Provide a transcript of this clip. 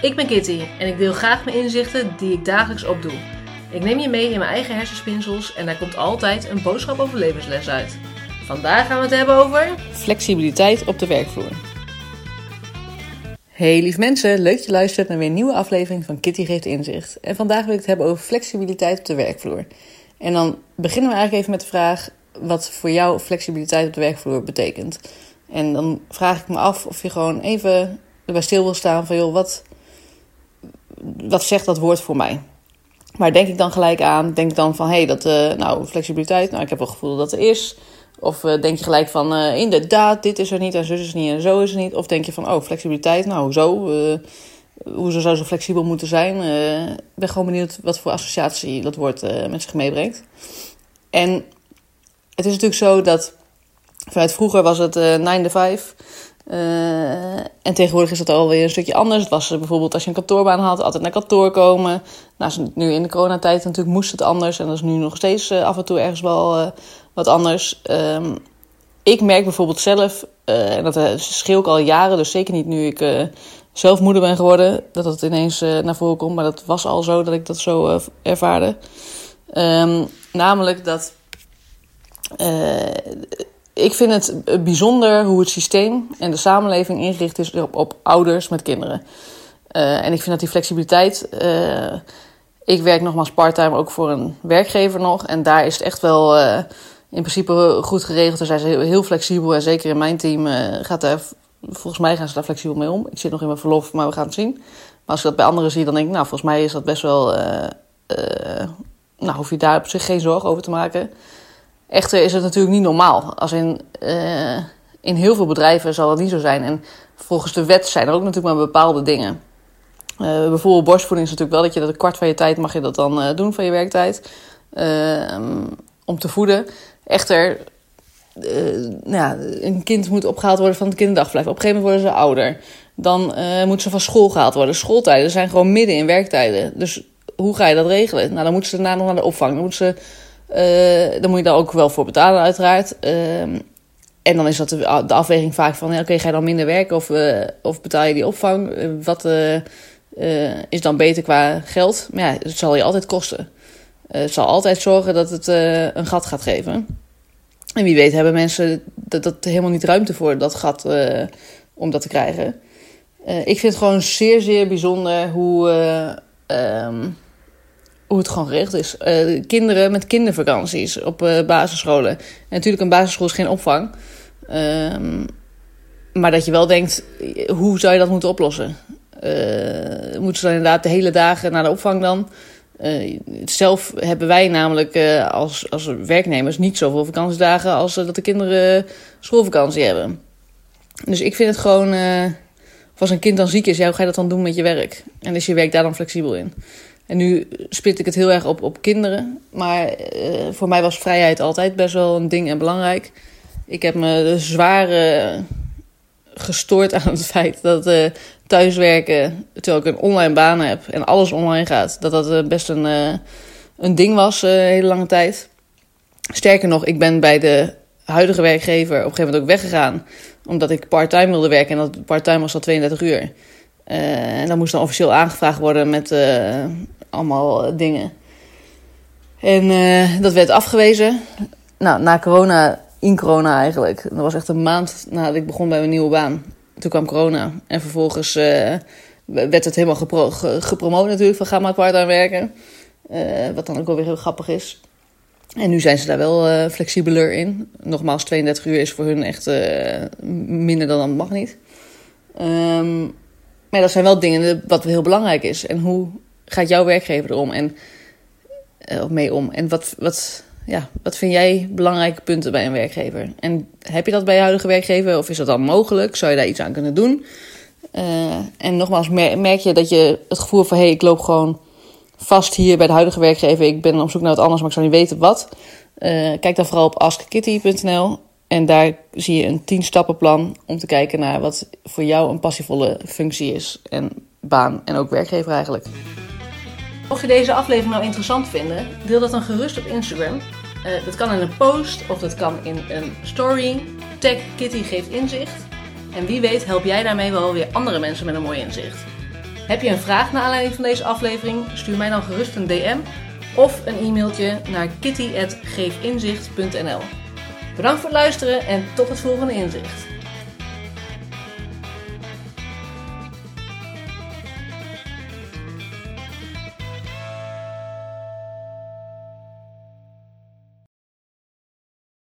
Ik ben Kitty en ik deel graag mijn inzichten die ik dagelijks opdoe. Ik neem je mee in mijn eigen hersenspinsels en daar komt altijd een boodschap over levensles uit. Vandaag gaan we het hebben over flexibiliteit op de werkvloer. Hey lieve mensen, leuk dat je luistert naar weer een nieuwe aflevering van Kitty geeft inzicht. En vandaag wil ik het hebben over flexibiliteit op de werkvloer. En dan beginnen we eigenlijk even met de vraag wat voor jou flexibiliteit op de werkvloer betekent. En dan vraag ik me af of je gewoon even erbij stil wil staan van joh, wat zegt dat woord voor mij? Maar denk ik dan gelijk aan, denk ik dan van flexibiliteit, ik heb wel het gevoel dat er is. Of denk je gelijk van inderdaad, dit is er niet en zo is het niet en zo is het niet. Of denk je van flexibiliteit, hoezo? Hoezo zou ze flexibel moeten zijn? Ik ben gewoon benieuwd wat voor associatie dat woord met zich meebrengt. En het is natuurlijk zo dat vanuit vroeger was het 9 to 5. En tegenwoordig is dat alweer een stukje anders. Het was bijvoorbeeld als je een kantoorbaan had, altijd naar kantoor komen. Nu in de coronatijd natuurlijk moest het anders. En dat is nu nog steeds af en toe ergens wel wat anders. Ik merk bijvoorbeeld zelf, en dat schreeuw ik al jaren, dus zeker niet nu ik zelf moeder ben geworden, dat het ineens naar voren komt. Maar dat was al zo dat ik dat zo ervaarde. Namelijk dat ik vind het bijzonder hoe het systeem en de samenleving ingericht is op ouders met kinderen. En ik vind dat die flexibiliteit. Ik werk nogmaals parttime ook voor een werkgever nog. En daar is het echt wel in principe goed geregeld. Daar zijn ze heel flexibel. En zeker in mijn team volgens mij gaan ze daar flexibel mee om. Ik zit nog in mijn verlof, maar we gaan het zien. Maar als ik dat bij anderen zie, dan denk ik, volgens mij is dat best wel. Hoef je daar op zich geen zorgen over te maken. Echter is het natuurlijk niet normaal. Als in heel veel bedrijven zal dat niet zo zijn. En volgens de wet zijn er ook natuurlijk maar bepaalde dingen. Bijvoorbeeld borstvoeding is natuurlijk wel dat je dat een kwart van je tijd mag je dat dan doen van je werktijd. Om te voeden. Echter, een kind moet opgehaald worden van het kinderdagverblijf. Op een gegeven moment worden ze ouder. Dan moeten ze van school gehaald worden. Schooltijden zijn gewoon midden in werktijden. Dus hoe ga je dat regelen? Dan moeten ze daarna nog naar de opvang. Dan moet je daar ook wel voor betalen uiteraard. En dan is dat de afweging vaak van ga je dan minder werken of betaal je die opvang? Wat is dan beter qua geld? Maar het zal je altijd kosten. Het zal altijd zorgen dat het een gat gaat geven. En wie weet hebben mensen dat helemaal niet ruimte voor dat gat om dat te krijgen. Ik vind het gewoon zeer, zeer bijzonder hoe het gewoon geregeld is. Kinderen met kindervakanties op basisscholen. En natuurlijk, een basisschool is geen opvang. Maar dat je wel denkt, hoe zou je dat moeten oplossen? Moeten ze dan inderdaad de hele dagen naar de opvang dan? Zelf hebben wij namelijk als werknemers niet zoveel vakantiedagen als dat de kinderen schoolvakantie hebben. Dus ik vind het gewoon, of als een kind dan ziek is, hoe ga je dat dan doen met je werk? En is je werk daar dan flexibel in? En nu split ik het heel erg op kinderen. Maar voor mij was vrijheid altijd best wel een ding en belangrijk. Ik heb me zwaar gestoord aan het feit dat thuiswerken, terwijl ik een online baan heb en alles online gaat, dat best een ding was een hele lange tijd. Sterker nog, ik ben bij de huidige werkgever op een gegeven moment ook weggegaan, omdat ik parttime wilde werken en dat parttime was al 32 uur. En dat moest dan officieel aangevraagd worden met allemaal dingen. En dat werd afgewezen. Na corona, in corona eigenlijk. Dat was echt een maand nadat ik begon bij mijn nieuwe baan. Toen kwam corona. En vervolgens werd het helemaal gepromoot natuurlijk. Van ga maar parttime werken. Wat dan ook wel weer heel grappig is. En nu zijn ze daar wel flexibeler in. Nogmaals, 32 uur is voor hun echt minder dan dat mag niet. Maar dat zijn wel dingen wat heel belangrijk is. En hoe gaat jouw werkgever erom mee om? En wat vind jij belangrijke punten bij een werkgever? En heb je dat bij je huidige werkgever? Of is dat dan mogelijk? Zou je daar iets aan kunnen doen? En nogmaals, merk je dat je het gevoel van ik loop gewoon vast hier bij de huidige werkgever. Ik ben op zoek naar wat anders, maar ik zou niet weten wat. Kijk dan vooral op askkitty.nl. En daar zie je een 10-stappenplan om te kijken naar wat voor jou een passievolle functie is. En baan en ook werkgever eigenlijk. Mocht je deze aflevering nou interessant vinden, deel dat dan gerust op Instagram. Dat kan in een post of dat kan in een story. Tag Kitty geeft inzicht. En wie weet help jij daarmee wel weer andere mensen met een mooi inzicht. Heb je een vraag naar aanleiding van deze aflevering? Stuur mij dan gerust een DM of een e-mailtje naar kitty@geefinzicht.nl. Bedankt voor het luisteren en tot het volgende inzicht.